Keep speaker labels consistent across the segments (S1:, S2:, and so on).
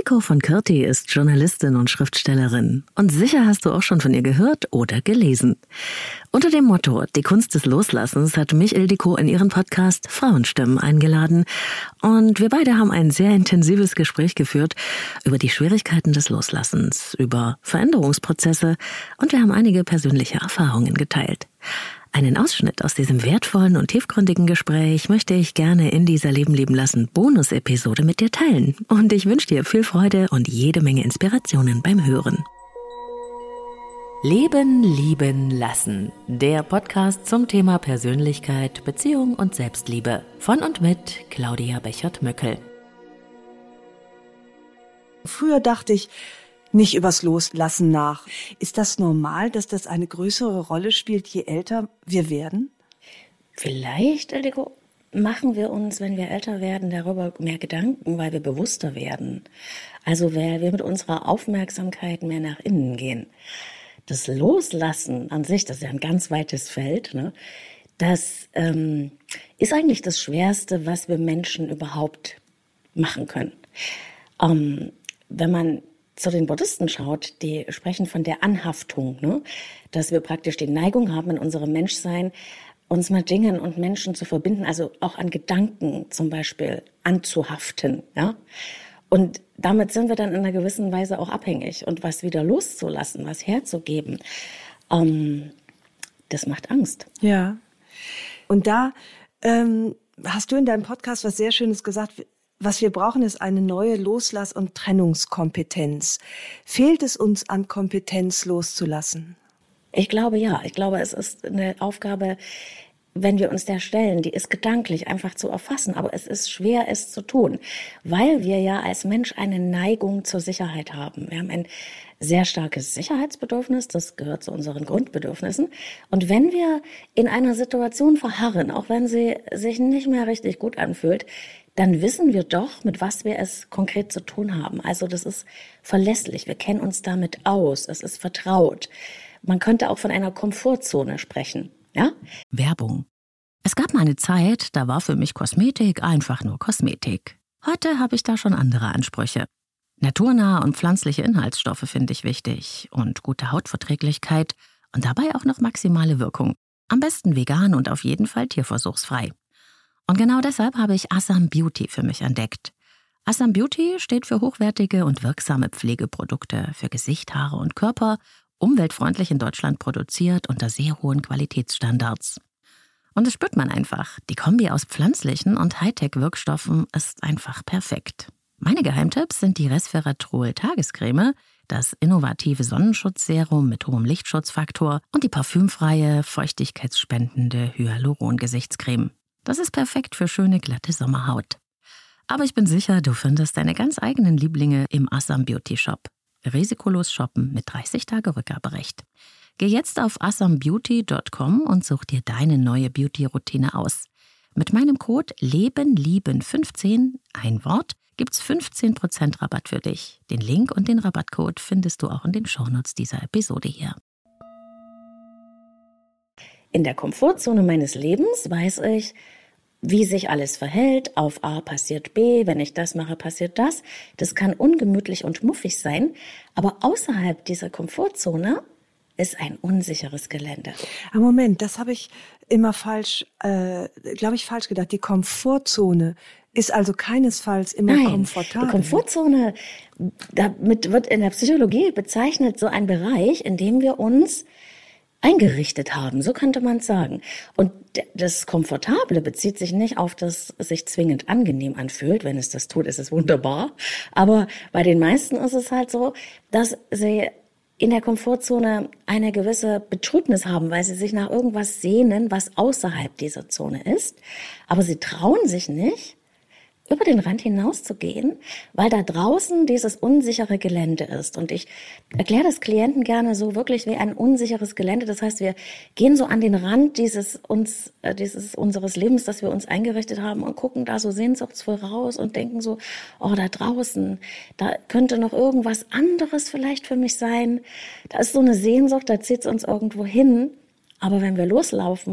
S1: Ildiko von Kürti ist Journalistin und Schriftstellerin. Und sicher hast du auch schon von ihr gehört oder gelesen. Unter dem Motto Die Kunst des Loslassens hat mich Ildiko in ihren Podcast Frauenstimmen eingeladen. Und wir beide haben ein sehr intensives Gespräch geführt über die Schwierigkeiten des Loslassens, über Veränderungsprozesse und wir haben einige persönliche Erfahrungen geteilt. Einen Ausschnitt aus diesem wertvollen und tiefgründigen Gespräch möchte ich gerne in dieser Leben leben lassen Bonus-Episode mit dir teilen. Und ich wünsche dir viel Freude und jede Menge Inspirationen beim Hören. Leben, lieben, lassen. Der Podcast zum Thema Persönlichkeit, Beziehung und Selbstliebe. Von und mit Claudia Bechert-Möckel.
S2: Früher dachte ich nicht übers Loslassen nach. Ist das normal, dass das eine größere Rolle spielt, je älter wir werden?
S3: Vielleicht, Ildiko, machen wir uns, wenn wir älter werden, darüber mehr Gedanken, weil wir bewusster werden. Also weil wir mit unserer Aufmerksamkeit mehr nach innen gehen. Das Loslassen an sich, das ist ja ein ganz weites Feld, ne? Das ist eigentlich das Schwerste, was wir Menschen überhaupt machen können. Wenn man zu den Buddhisten schaut, die sprechen von der Anhaftung, ne? Dass wir praktisch die Neigung haben, in unserem Menschsein uns mit Dingen und Menschen zu verbinden, also auch an Gedanken zum Beispiel anzuhaften. Ja? Und damit sind wir dann in einer gewissen Weise auch abhängig. Und was wieder loszulassen, was herzugeben, das macht Angst.
S2: Ja. Und da hast du in deinem Podcast was sehr Schönes gesagt. Was wir brauchen, ist eine neue Loslass- und Trennungskompetenz. Fehlt es uns an Kompetenz, loszulassen?
S3: Ich glaube, ja. Ich glaube, es ist eine Aufgabe, wenn wir uns der stellen, die ist gedanklich einfach zu erfassen. Aber es ist schwer, es zu tun, weil wir ja als Mensch eine Neigung zur Sicherheit haben. Wir haben ein sehr starkes Sicherheitsbedürfnis, das gehört zu unseren Grundbedürfnissen. Und wenn wir in einer Situation verharren, auch wenn sie sich nicht mehr richtig gut anfühlt, dann wissen wir doch, mit was wir es konkret zu tun haben. Also das ist verlässlich, wir kennen uns damit aus, es ist vertraut. Man könnte auch von einer Komfortzone sprechen. Ja?
S1: Werbung. Es gab mal eine Zeit, da war für mich Kosmetik einfach nur Kosmetik. Heute habe ich da schon andere Ansprüche. Naturnahe und pflanzliche Inhaltsstoffe finde ich wichtig und gute Hautverträglichkeit und dabei auch noch maximale Wirkung. Am besten vegan und auf jeden Fall tierversuchsfrei. Und genau deshalb habe ich Asam Beauty für mich entdeckt. Asam Beauty steht für hochwertige und wirksame Pflegeprodukte für Gesicht, Haare und Körper, umweltfreundlich in Deutschland produziert unter sehr hohen Qualitätsstandards. Und das spürt man einfach. Die Kombi aus pflanzlichen und Hightech-Wirkstoffen ist einfach perfekt. Meine Geheimtipps sind die Resveratrol-Tagescreme, das innovative Sonnenschutzserum mit hohem Lichtschutzfaktor und die parfümfreie, feuchtigkeitsspendende Hyaluron-Gesichtscreme. Das ist perfekt für schöne, glatte Sommerhaut. Aber ich bin sicher, du findest deine ganz eigenen Lieblinge im Asam Beauty Shop. Risikolos shoppen mit 30-Tage-Rückgaberecht. Geh jetzt auf asambeauty.com und such dir deine neue Beauty-Routine aus. Mit meinem Code LEBENLIEBEN15, ein Wort, gibt's 15% Rabatt für dich. Den Link und den Rabattcode findest du auch in den Shownotes dieser Episode hier.
S3: In der Komfortzone meines Lebens weiß ich, wie sich alles verhält. Auf A passiert B, wenn ich das mache, passiert das. Das kann ungemütlich und muffig sein, aber außerhalb dieser Komfortzone ist ein unsicheres Gelände.
S2: Aber Moment, das habe ich immer falsch gedacht. Die Komfortzone ist also keinesfalls immer komfortabel.
S3: Die Komfortzone, damit wird in der Psychologie bezeichnet so ein Bereich, in dem wir uns eingerichtet haben, so könnte man es sagen. Und das Komfortable bezieht sich nicht auf das sich zwingend angenehm anfühlt. Wenn es das tut, ist es wunderbar. Aber bei den meisten ist es halt so, dass sie in der Komfortzone eine gewisse Betrübnis haben, weil sie sich nach irgendwas sehnen, was außerhalb dieser Zone ist. Aber sie trauen sich nicht, über den Rand hinauszugehen, weil da draußen dieses unsichere Gelände ist. Und ich erkläre das Klienten gerne so wirklich wie ein unsicheres Gelände. Das heißt, wir gehen so an den Rand dieses unseres Lebens, das wir uns eingerichtet haben und gucken da so sehnsuchtsvoll raus und denken so, oh, da draußen, da könnte noch irgendwas anderes vielleicht für mich sein. Da ist so eine Sehnsucht, da zieht es uns irgendwo hin. Aber wenn wir loslaufen,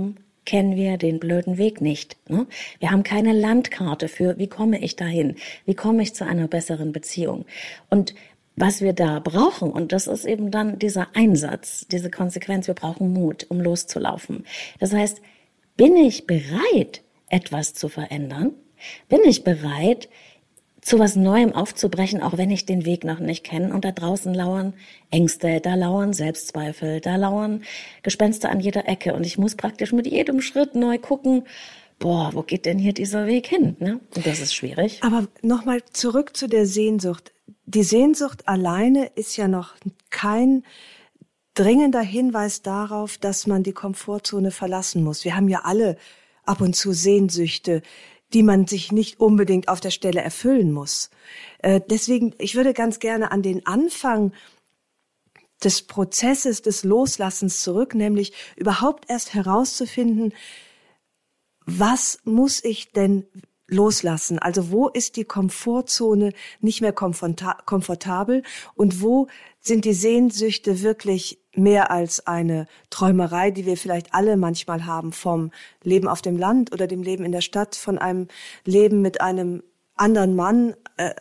S3: kennen wir den blöden Weg nicht. Ne? Wir haben keine Landkarte für, wie komme ich dahin? Wie komme ich zu einer besseren Beziehung? Und was wir da brauchen, und das ist eben dann dieser Einsatz, diese Konsequenz, wir brauchen Mut, um loszulaufen. Das heißt, bin ich bereit, etwas zu verändern? Bin ich bereit, zu was Neuem aufzubrechen, auch wenn ich den Weg noch nicht kenne? Und da draußen lauern Ängste, da lauern Selbstzweifel, da lauern Gespenster an jeder Ecke. Und ich muss praktisch mit jedem Schritt neu gucken, wo geht denn hier dieser Weg hin? Ne? Und das ist schwierig.
S2: Aber nochmal zurück zu der Sehnsucht. Die Sehnsucht alleine ist ja noch kein dringender Hinweis darauf, dass man die Komfortzone verlassen muss. Wir haben ja alle ab und zu Sehnsüchte, die man sich nicht unbedingt auf der Stelle erfüllen muss. Deswegen, ich würde ganz gerne an den Anfang des Prozesses des Loslassens zurück, nämlich überhaupt erst herauszufinden, was muss ich denn loslassen? Also wo ist die Komfortzone nicht mehr komfortabel und wo sind die Sehnsüchte wirklich mehr als eine Träumerei, die wir vielleicht alle manchmal haben vom Leben auf dem Land oder dem Leben in der Stadt, von einem Leben mit einem anderen Mann,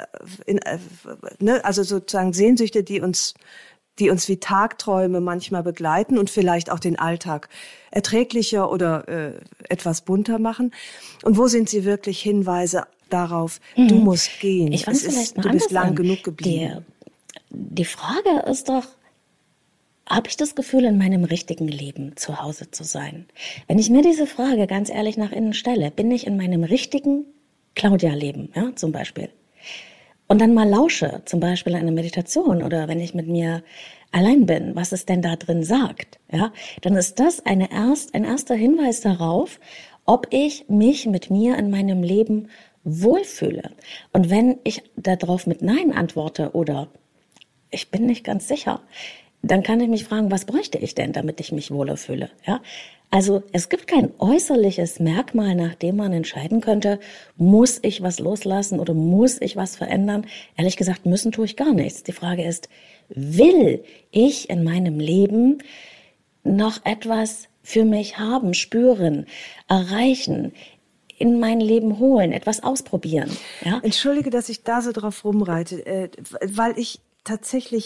S2: also sozusagen Sehnsüchte, die uns wie Tagträume manchmal begleiten und vielleicht auch den Alltag erträglicher oder etwas bunter machen. Und wo sind sie wirklich Hinweise darauf, du musst gehen,
S3: du
S2: bist lang genug geblieben?
S3: Die Frage ist doch, habe ich das Gefühl, in meinem richtigen Leben zu Hause zu sein? Wenn ich mir diese Frage ganz ehrlich nach innen stelle, bin ich in meinem richtigen Claudia-Leben, ja, zum Beispiel? Und dann mal lausche, zum Beispiel eine Meditation oder wenn ich mit mir allein bin, was es denn da drin sagt, ja, dann ist das ein erster Hinweis darauf, ob ich mich mit mir in meinem Leben wohlfühle. Und wenn ich darauf mit Nein antworte oder ich bin nicht ganz sicher, dann kann ich mich fragen, was bräuchte ich denn, damit ich mich wohler fühle, ja? Also es gibt kein äußerliches Merkmal, nach dem man entscheiden könnte, muss ich was loslassen oder muss ich was verändern? Ehrlich gesagt, müssen tue ich gar nichts. Die Frage ist, will ich in meinem Leben noch etwas für mich haben, spüren, erreichen, in mein Leben holen, etwas ausprobieren? Ja?
S2: Entschuldige, dass ich da so drauf rumreite, weil ich tatsächlich...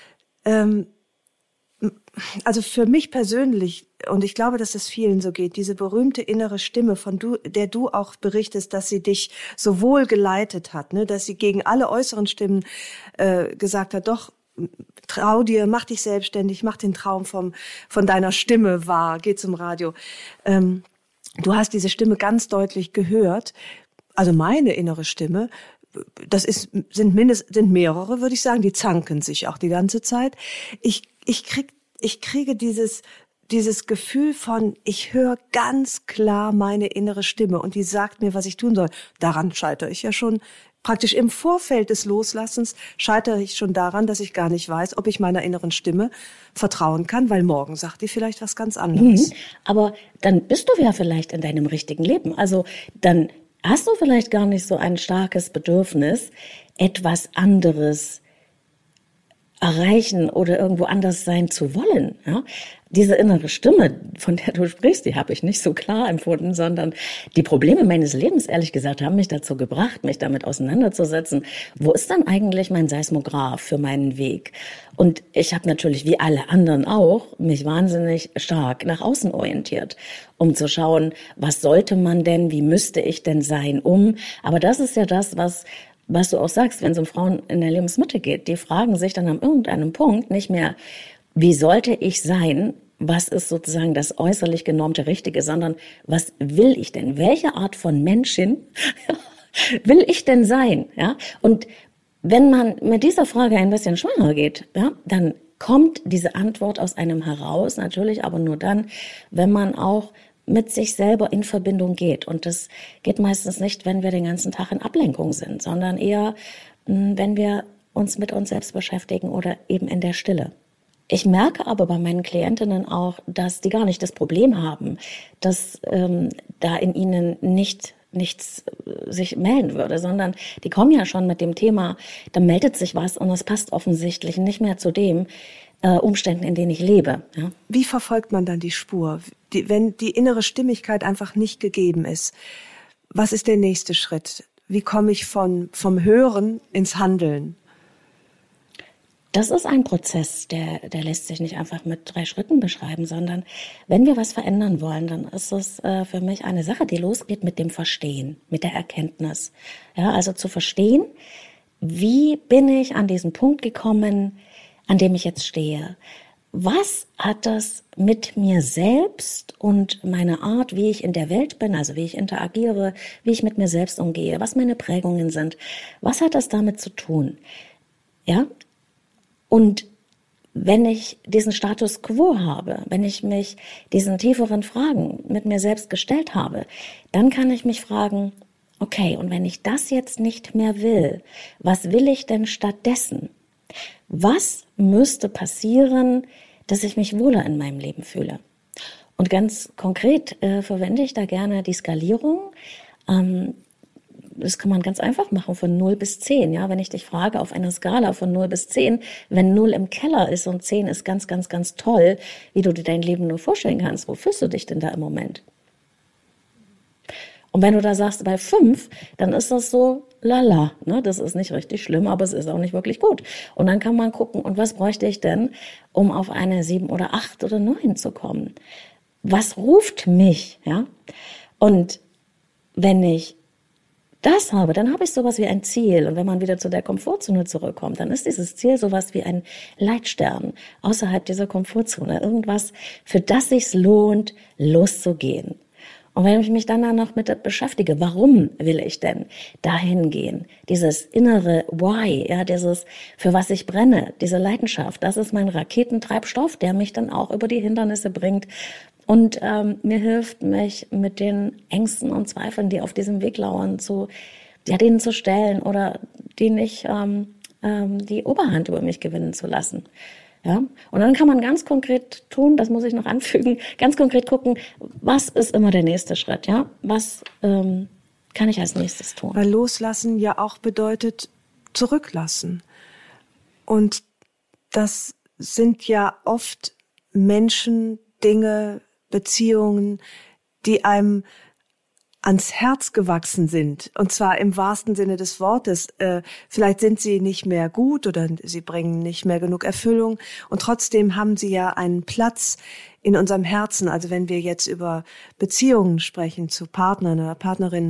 S2: Also für mich persönlich, und ich glaube, dass es vielen so geht, diese berühmte innere Stimme, der du auch berichtest, dass sie dich so wohl geleitet hat, ne, dass sie gegen alle äußeren Stimmen gesagt hat, doch, trau dir, mach dich selbstständig, mach den Traum von deiner Stimme wahr, geh zum Radio. Du hast diese Stimme ganz deutlich gehört, also meine innere Stimme, sind mehrere, würde ich sagen, die zanken sich auch die ganze Zeit. Ich kriege dieses Gefühl von, ich höre ganz klar meine innere Stimme und die sagt mir, was ich tun soll. Daran scheitere ich ja schon. Praktisch im Vorfeld des Loslassens scheitere ich schon daran, dass ich gar nicht weiß, ob ich meiner inneren Stimme vertrauen kann, weil morgen sagt die vielleicht was ganz anderes.
S3: Aber dann bist du ja vielleicht in deinem richtigen Leben. Also dann hast du vielleicht gar nicht so ein starkes Bedürfnis, etwas anderes erreichen oder irgendwo anders sein zu wollen. Ja? Diese innere Stimme, von der du sprichst, die habe ich nicht so klar empfunden, sondern die Probleme meines Lebens, ehrlich gesagt, haben mich dazu gebracht, mich damit auseinanderzusetzen. Wo ist dann eigentlich mein Seismograph für meinen Weg? Und ich habe natürlich, wie alle anderen auch, mich wahnsinnig stark nach außen orientiert, um zu schauen, was sollte man denn, wie müsste ich denn sein, aber das ist ja das, was du auch sagst, wenn es um Frauen in der Lebensmitte geht, die fragen sich dann an irgendeinem Punkt nicht mehr, wie sollte ich sein, was ist sozusagen das äußerlich genormte Richtige, sondern was will ich denn? Welche Art von Menschin will ich denn sein? Ja? Und wenn man mit dieser Frage ein bisschen schwanger geht, ja, dann kommt diese Antwort aus einem heraus, natürlich aber nur dann, wenn man auch mit sich selber in Verbindung geht. Und das geht meistens nicht, wenn wir den ganzen Tag in Ablenkung sind, sondern eher, wenn wir uns mit uns selbst beschäftigen oder eben in der Stille. Ich merke aber bei meinen Klientinnen auch, dass die gar nicht das Problem haben, dass da in ihnen nichts sich melden würde, sondern die kommen ja schon mit dem Thema, da meldet sich was und es passt offensichtlich nicht mehr zu dem, Umständen, in denen ich lebe. Ja?
S2: Wie verfolgt man dann die Spur, wenn die innere Stimmigkeit einfach nicht gegeben ist? Was ist der nächste Schritt? Wie komme ich vom Hören ins Handeln?
S3: Das ist ein Prozess, der lässt sich nicht einfach mit 3 Schritten beschreiben, sondern wenn wir was verändern wollen, dann ist es für mich eine Sache, die losgeht mit dem Verstehen, mit der Erkenntnis. Ja, also zu verstehen, wie bin ich an diesen Punkt gekommen, an dem ich jetzt stehe? Was hat das mit mir selbst und meiner Art, wie ich in der Welt bin, also wie ich interagiere, wie ich mit mir selbst umgehe, was meine Prägungen sind, was hat das damit zu tun? Ja? Und wenn ich diesen Status quo habe, wenn ich mich diesen tieferen Fragen mit mir selbst gestellt habe, dann kann ich mich fragen, okay, und wenn ich das jetzt nicht mehr will, was will ich denn stattdessen? Was müsste passieren, dass ich mich wohler in meinem Leben fühle? Und ganz konkret verwende ich da gerne die Skalierung. Das kann man ganz einfach machen, von 0 bis 10. Ja, wenn ich dich frage, auf einer Skala von 0 bis 10, wenn 0 im Keller ist und 10 ist ganz, ganz, ganz toll, wie du dir dein Leben nur vorstellen kannst, wo fühlst du dich denn da im Moment? Und wenn du da sagst, bei 5, dann ist das so lala, ne? Das ist nicht richtig schlimm, aber es ist auch nicht wirklich gut. Und dann kann man gucken, und was bräuchte ich denn, um auf eine 7 oder 8 oder 9 zu kommen? Was ruft mich? Ja? Und wenn ich das habe, dann habe ich sowas wie ein Ziel. Und wenn man wieder zu der Komfortzone zurückkommt, dann ist dieses Ziel sowas wie ein Leitstern außerhalb dieser Komfortzone. Irgendwas, für das sich's lohnt, loszugehen. Und wenn ich mich dann noch mit beschäftige, warum will ich denn dahin gehen? Dieses innere Why, ja, dieses, für was ich brenne, diese Leidenschaft, das ist mein Raketentreibstoff, der mich dann auch über die Hindernisse bringt und mir hilft, mich mit den Ängsten und Zweifeln, die auf diesem Weg lauern, denen zu stellen oder die nicht die Oberhand über mich gewinnen zu lassen. Ja, und dann kann man ganz konkret tun, das muss ich noch anfügen, ganz konkret gucken, was ist immer der nächste Schritt, ja? Was kann ich als nächstes tun?
S2: Weil Loslassen ja auch bedeutet zurücklassen. Und das sind ja oft Menschen, Dinge, Beziehungen, die einem ans Herz gewachsen sind, und zwar im wahrsten Sinne des Wortes. Vielleicht sind sie nicht mehr gut oder sie bringen nicht mehr genug Erfüllung, und trotzdem haben sie ja einen Platz in unserem Herzen. Also wenn wir jetzt über Beziehungen sprechen zu Partnern oder Partnerinnen,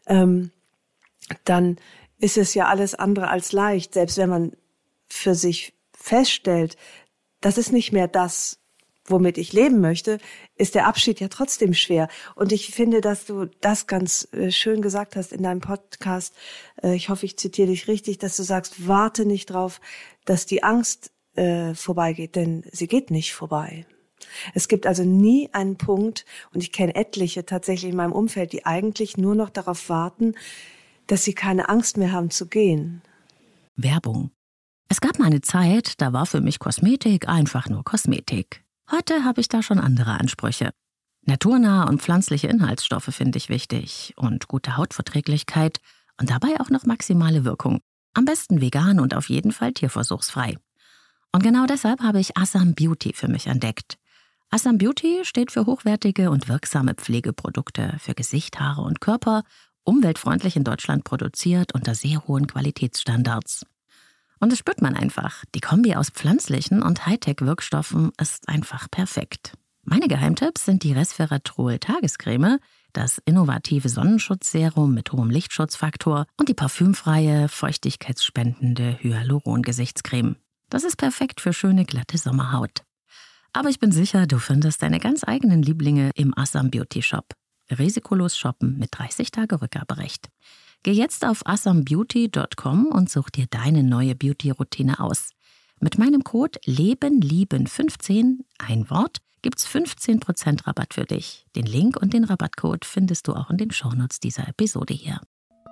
S2: dann ist es ja alles andere als leicht, selbst wenn man für sich feststellt, das ist nicht mehr das, womit ich leben möchte, ist der Abschied ja trotzdem schwer. Und ich finde, dass du das ganz schön gesagt hast in deinem Podcast. Ich hoffe, ich zitiere dich richtig, dass du sagst, warte nicht drauf, dass die Angst vorbeigeht, denn sie geht nicht vorbei. Es gibt also nie einen Punkt, und ich kenne etliche tatsächlich in meinem Umfeld, die eigentlich nur noch darauf warten, dass sie keine Angst mehr haben zu gehen.
S1: Werbung. Es gab mal eine Zeit, da war für mich Kosmetik einfach nur Kosmetik. Heute habe ich da schon andere Ansprüche. Naturnahe und pflanzliche Inhaltsstoffe finde ich wichtig und gute Hautverträglichkeit und dabei auch noch maximale Wirkung. Am besten vegan und auf jeden Fall tierversuchsfrei. Und genau deshalb habe ich Asam Beauty für mich entdeckt. Asam Beauty steht für hochwertige und wirksame Pflegeprodukte für Gesicht, Haare und Körper, umweltfreundlich in Deutschland produziert unter sehr hohen Qualitätsstandards. Und das spürt man einfach. Die Kombi aus pflanzlichen und Hightech-Wirkstoffen ist einfach perfekt. Meine Geheimtipps sind die Resveratrol-Tagescreme, das innovative Sonnenschutzserum mit hohem Lichtschutzfaktor und die parfümfreie, feuchtigkeitsspendende Hyaluron-Gesichtscreme. Das ist perfekt für schöne, glatte Sommerhaut. Aber ich bin sicher, du findest deine ganz eigenen Lieblinge im Asam Beauty Shop. Risikolos shoppen mit 30 Tage Rückgaberecht. Geh jetzt auf asambeauty.com und such dir deine neue Beauty-Routine aus. Mit meinem Code LEBENLIEBEN15, ein Wort, gibt's 15% Rabatt für dich. Den Link und den Rabattcode findest du auch in den Shownotes dieser Episode hier.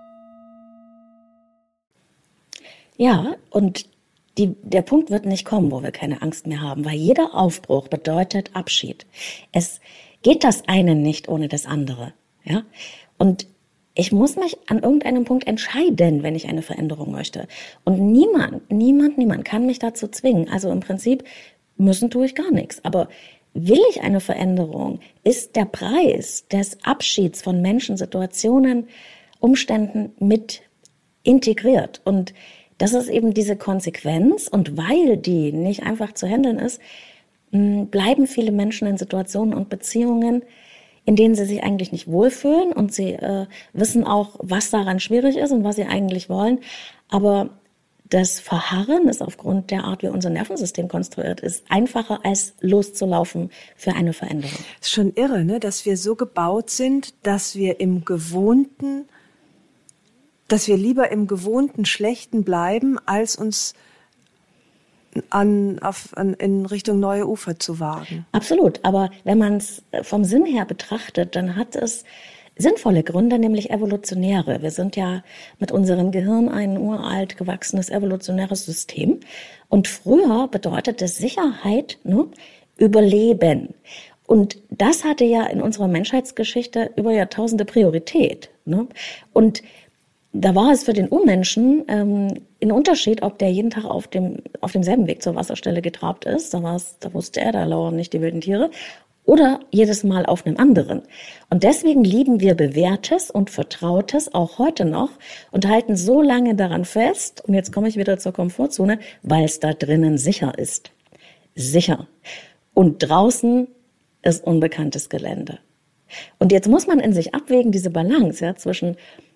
S3: Ja, und der Punkt wird nicht kommen, wo wir keine Angst mehr haben, weil jeder Aufbruch bedeutet Abschied. Es geht das eine nicht ohne das andere. Ja? Und ich muss mich an irgendeinem Punkt entscheiden, wenn ich eine Veränderung möchte. Und niemand kann mich dazu zwingen. Also im Prinzip müssen tue ich gar nichts. Aber will ich eine Veränderung, ist der Preis des Abschieds von Menschen, Situationen, Umständen mit integriert. Und das ist eben diese Konsequenz. Und weil die nicht einfach zu handeln ist, bleiben viele Menschen in Situationen und Beziehungen, in denen sie sich eigentlich nicht wohlfühlen. Und sie wissen auch, was daran schwierig ist und was sie eigentlich wollen. Aber das Verharren ist aufgrund der Art, wie unser Nervensystem konstruiert ist, einfacher als loszulaufen für eine Veränderung.
S2: Ist schon irre, ne? Dass wir so gebaut sind, dass wir lieber im Gewohnten Schlechten bleiben, als uns in Richtung neue Ufer zu wagen.
S3: Absolut, aber wenn man es vom Sinn her betrachtet, dann hat es sinnvolle Gründe, nämlich evolutionäre. Wir sind ja mit unserem Gehirn ein uralt gewachsenes evolutionäres System. Und früher bedeutete Sicherheit, ne, Überleben. Und das hatte ja in unserer Menschheitsgeschichte über Jahrtausende Priorität. Ne? Und da war es für den Urmenschen ein Unterschied, ob der jeden Tag auf demselben Weg zur Wasserstelle getrabt ist. Da wusste er, da lauern nicht die wilden Tiere. Oder jedes Mal auf einem anderen. Und deswegen lieben wir Bewährtes und Vertrautes auch heute noch und halten so lange daran fest, und jetzt komme ich wieder zur Komfortzone, weil es da drinnen sicher ist. Sicher. Und draußen ist unbekanntes Gelände. Und jetzt muss man in sich abwägen, diese Balance, ja, zwischen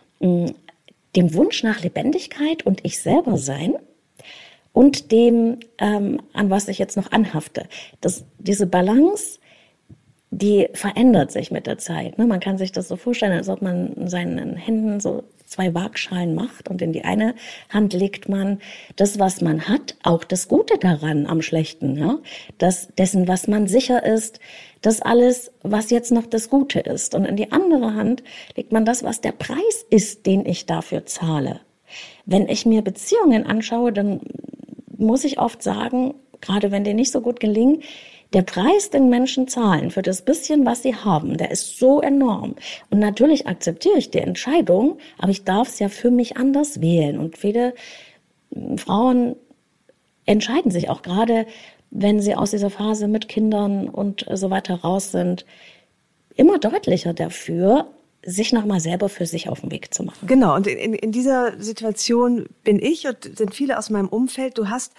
S3: dem Wunsch nach Lebendigkeit und ich selber sein und dem, an was ich jetzt noch anhafte. Diese Balance, die verändert sich mit der Zeit. Man kann sich das so vorstellen, als ob man in seinen Händen so 2 Waagschalen macht und in die eine Hand legt man das, was man hat, auch das Gute daran am Schlechten, ja? Dessen, was man sicher ist, das alles, was jetzt noch das Gute ist. Und in die andere Hand legt man das, was der Preis ist, den ich dafür zahle. Wenn ich mir Beziehungen anschaue, dann muss ich oft sagen, gerade wenn die nicht so gut gelingen, der Preis, den Menschen zahlen für das bisschen, was sie haben, der ist so enorm. Und natürlich akzeptiere ich die Entscheidung, aber ich darf es ja für mich anders wählen. Und viele Frauen entscheiden sich auch gerade, wenn sie aus dieser Phase mit Kindern und so weiter raus sind, immer deutlicher dafür, sich nochmal selber für sich auf den Weg zu machen.
S2: Genau, und in dieser Situation bin ich und sind viele aus meinem Umfeld. Du hast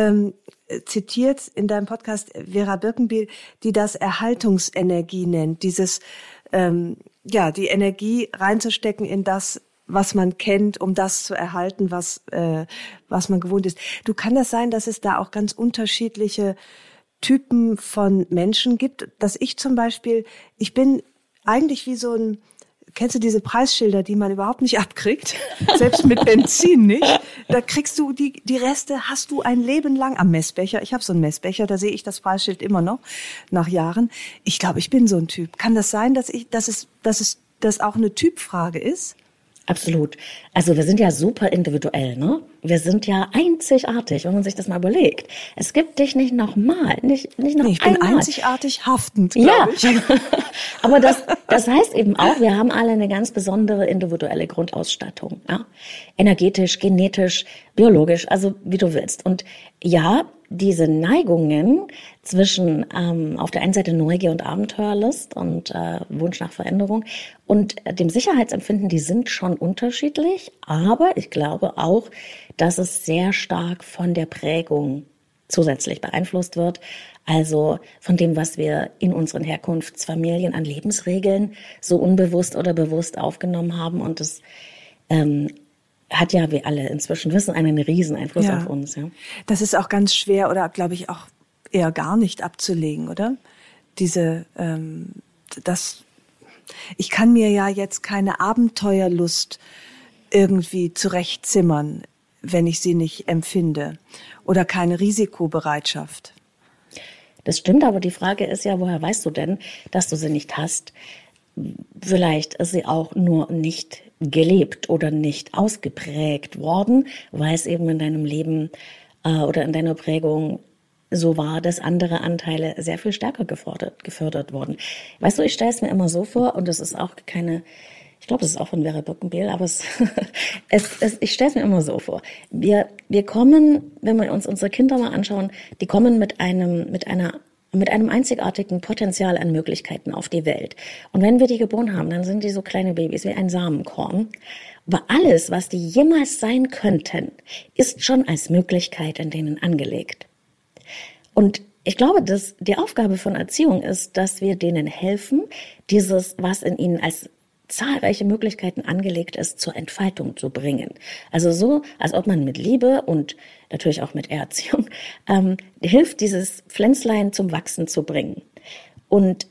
S2: zitiert in deinem Podcast Vera Birkenbiel, die das Erhaltungsenergie nennt, dieses die Energie reinzustecken in das, was man kennt, um das zu erhalten, was man gewohnt ist. Du, kann das sein, dass es da auch ganz unterschiedliche Typen von Menschen gibt? Dass ich zum Beispiel, ich bin eigentlich wie so ein, kennst du diese Preisschilder, die man überhaupt nicht abkriegt? Selbst mit Benzin nicht. Da kriegst du die Reste, hast du ein Leben lang am Messbecher. Ich habe so einen Messbecher, da sehe ich das Preisschild immer noch nach Jahren. Ich glaube, ich bin so ein Typ. Kann das sein, dass es auch eine Typfrage ist?
S3: Absolut. Also wir sind ja super individuell, ne? Wir sind ja einzigartig, wenn man sich das mal überlegt. Es gibt dich nicht nochmal, nicht noch einmal.
S2: Ich bin einzigartig haftend, glaube ich.
S3: Aber das heißt eben auch, wir haben alle eine ganz besondere individuelle Grundausstattung. Ja? Energetisch, genetisch, biologisch, also wie du willst. Und ja, diese Neigungen zwischen auf der einen Seite Neugier und Abenteuerlust und Wunsch nach Veränderung und dem Sicherheitsempfinden, die sind schon unterschiedlich, aber ich glaube auch, dass es sehr stark von der Prägung zusätzlich beeinflusst wird, also von dem, was wir in unseren Herkunftsfamilien an Lebensregeln so unbewusst oder bewusst aufgenommen haben, und das hat ja, wie alle inzwischen wissen, einen riesen Einfluss auf uns. Ja.
S2: Das ist auch ganz schwer oder, glaube ich, auch eher gar nicht abzulegen, oder? Ich kann mir ja jetzt keine Abenteuerlust irgendwie zurechtzimmern, wenn ich sie nicht empfinde, oder keine Risikobereitschaft.
S3: Das stimmt, aber die Frage ist ja, woher weißt du denn, dass du sie nicht hast? Vielleicht ist sie auch nur nicht gelebt oder nicht ausgeprägt worden, weil es eben in deinem Leben oder in deiner Prägung so war, dass andere Anteile sehr viel stärker gefördert wurden. Weißt du, ich stelle es mir immer so vor, und das ist auch keine Ich glaube, es ist auch von Vera Birkenbiel, aber ich stelle es mir immer so vor. Wir kommen, wenn wir uns unsere Kinder mal anschauen, die kommen mit einem einzigartigen Potenzial an Möglichkeiten auf die Welt. Und wenn wir die geboren haben, dann sind die so kleine Babys wie ein Samenkorn. Aber alles, was die jemals sein könnten, ist schon als Möglichkeit in denen angelegt. Und ich glaube, dass die Aufgabe von Erziehung ist, dass wir denen helfen, dieses, was in ihnen als zahlreiche Möglichkeiten angelegt ist, zur Entfaltung zu bringen. Also so, als ob man mit Liebe und natürlich auch mit Erziehung hilft, dieses Pflänzlein zum Wachsen zu bringen. Und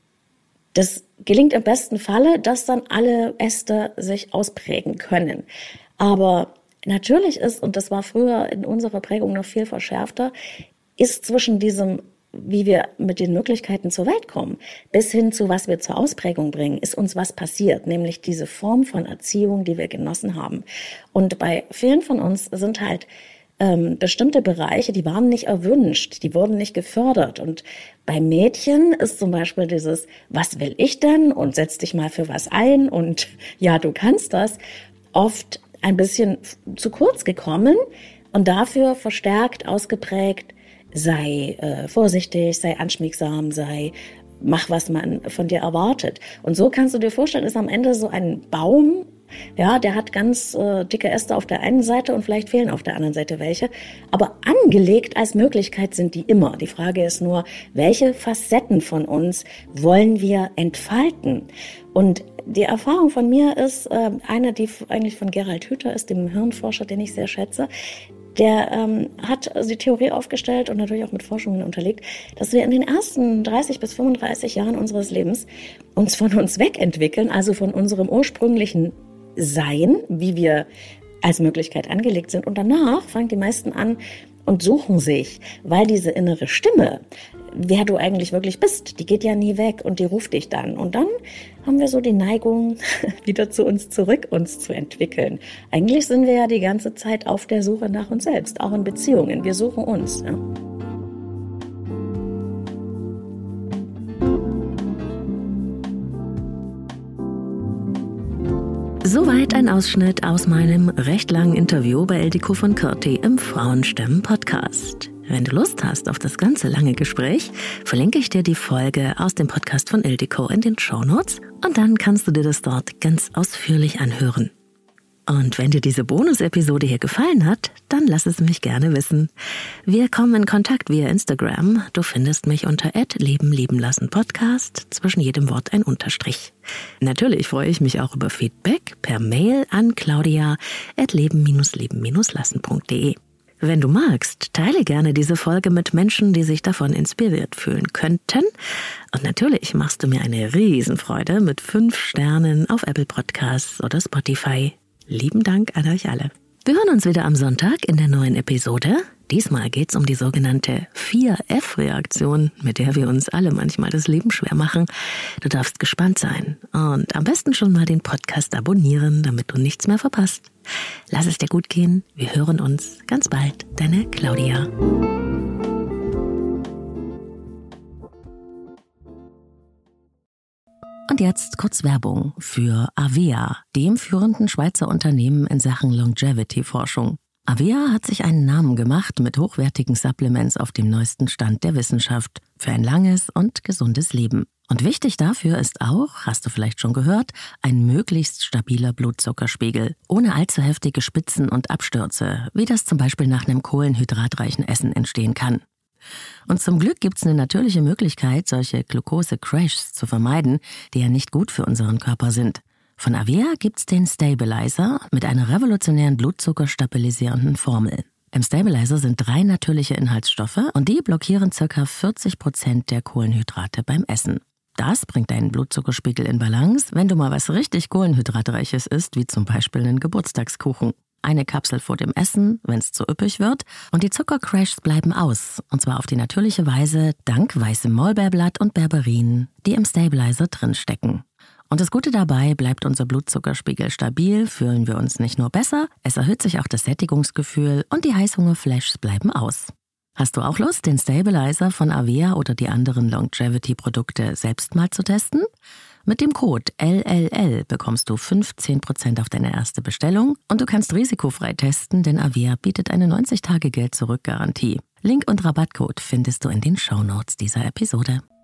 S3: das gelingt im besten Falle, dass dann alle Äste sich ausprägen können. Aber natürlich ist, und das war früher in unserer Prägung noch viel verschärfter, ist zwischen diesem, wie wir mit den Möglichkeiten zur Welt kommen, bis hin zu, was wir zur Ausprägung bringen, ist uns was passiert, nämlich diese Form von Erziehung, die wir genossen haben. Und bei vielen von uns sind halt bestimmte Bereiche, die waren nicht erwünscht, die wurden nicht gefördert. Und bei Mädchen ist zum Beispiel dieses, was will ich denn? Und setz dich mal für was ein und ja, du kannst das, oft ein bisschen zu kurz gekommen und dafür verstärkt ausgeprägt, sei vorsichtig, sei anschmiegsam, mach, was man von dir erwartet. Und so kannst du dir vorstellen, ist am Ende so ein Baum, ja, der hat ganz dicke Äste auf der einen Seite und vielleicht fehlen auf der anderen Seite welche. Aber angelegt als Möglichkeit sind die immer. Die Frage ist nur, welche Facetten von uns wollen wir entfalten? Und die Erfahrung von mir ist eine, die eigentlich von Gerald Hüther ist, dem Hirnforscher, den ich sehr schätze. Der hat die Theorie aufgestellt und natürlich auch mit Forschungen unterlegt, dass wir in den ersten 30 bis 35 Jahren unseres Lebens uns von uns wegentwickeln, also von unserem ursprünglichen Sein, wie wir als Möglichkeit angelegt sind. Und danach fangen die meisten an und suchen sich, weil diese innere Stimme, wer du eigentlich wirklich bist, die geht ja nie weg und die ruft dich dann. Und dann haben wir so die Neigung, wieder zu uns zurück, uns zu entwickeln. Eigentlich sind wir ja die ganze Zeit auf der Suche nach uns selbst, auch in Beziehungen. Wir suchen uns. Ja.
S1: Soweit ein Ausschnitt aus meinem recht langen Interview bei Ildiko von Kürti im Frauenstimmen-Podcast. Wenn du Lust hast auf das ganze lange Gespräch, verlinke ich dir die Folge aus dem Podcast von Ildiko in den Shownotes und dann kannst du dir das dort ganz ausführlich anhören. Und wenn dir diese Bonus-Episode hier gefallen hat, dann lass es mich gerne wissen. Wir kommen in Kontakt via Instagram. Du findest mich unter @LebenLiebenLassenPodcast, zwischen jedem Wort ein Unterstrich. Natürlich freue ich mich auch über Feedback per Mail an claudia@leben-lieben-lassen.de. Wenn du magst, teile gerne diese Folge mit Menschen, die sich davon inspiriert fühlen könnten. Und natürlich machst du mir eine Riesenfreude mit 5 Sternen auf Apple Podcasts oder Spotify. Lieben Dank an euch alle. Wir hören uns wieder am Sonntag in der neuen Episode. Diesmal geht's um die sogenannte 4F-Reaktion, mit der wir uns alle manchmal das Leben schwer machen. Du darfst gespannt sein und am besten schon mal den Podcast abonnieren, damit du nichts mehr verpasst. Lass es dir gut gehen. Wir hören uns ganz bald. Deine Claudia. Und jetzt kurz Werbung für Avea, dem führenden Schweizer Unternehmen in Sachen Longevity-Forschung. Avea hat sich einen Namen gemacht mit hochwertigen Supplements auf dem neuesten Stand der Wissenschaft für ein langes und gesundes Leben. Und wichtig dafür ist auch, hast du vielleicht schon gehört, ein möglichst stabiler Blutzuckerspiegel, ohne allzu heftige Spitzen und Abstürze, wie das zum Beispiel nach einem kohlenhydratreichen Essen entstehen kann. Und zum Glück gibt's eine natürliche Möglichkeit, solche Glucose-Crashs zu vermeiden, die ja nicht gut für unseren Körper sind. Von Avea gibt's den Stabilizer mit einer revolutionären blutzuckerstabilisierenden Formel. Im Stabilizer sind 3 natürliche Inhaltsstoffe und die blockieren ca. 40% der Kohlenhydrate beim Essen. Das bringt deinen Blutzuckerspiegel in Balance, wenn du mal was richtig Kohlenhydratreiches isst, wie zum Beispiel einen Geburtstagskuchen. Eine Kapsel vor dem Essen, wenn es zu üppig wird, und die Zuckercrashs bleiben aus, und zwar auf die natürliche Weise dank weißem Maulbeerblatt und Berberin, die im Stabilizer drinstecken. Und das Gute dabei, bleibt unser Blutzuckerspiegel stabil, fühlen wir uns nicht nur besser, es erhöht sich auch das Sättigungsgefühl und die Heißhungerflashs bleiben aus. Hast du auch Lust, den Stabilizer von Avea oder die anderen Longevity-Produkte selbst mal zu testen? Mit dem Code LLL bekommst du 15% auf deine erste Bestellung und du kannst risikofrei testen, denn Avea bietet eine 90-Tage-Geld-Zurück-Garantie. Link und Rabattcode findest du in den Shownotes dieser Episode.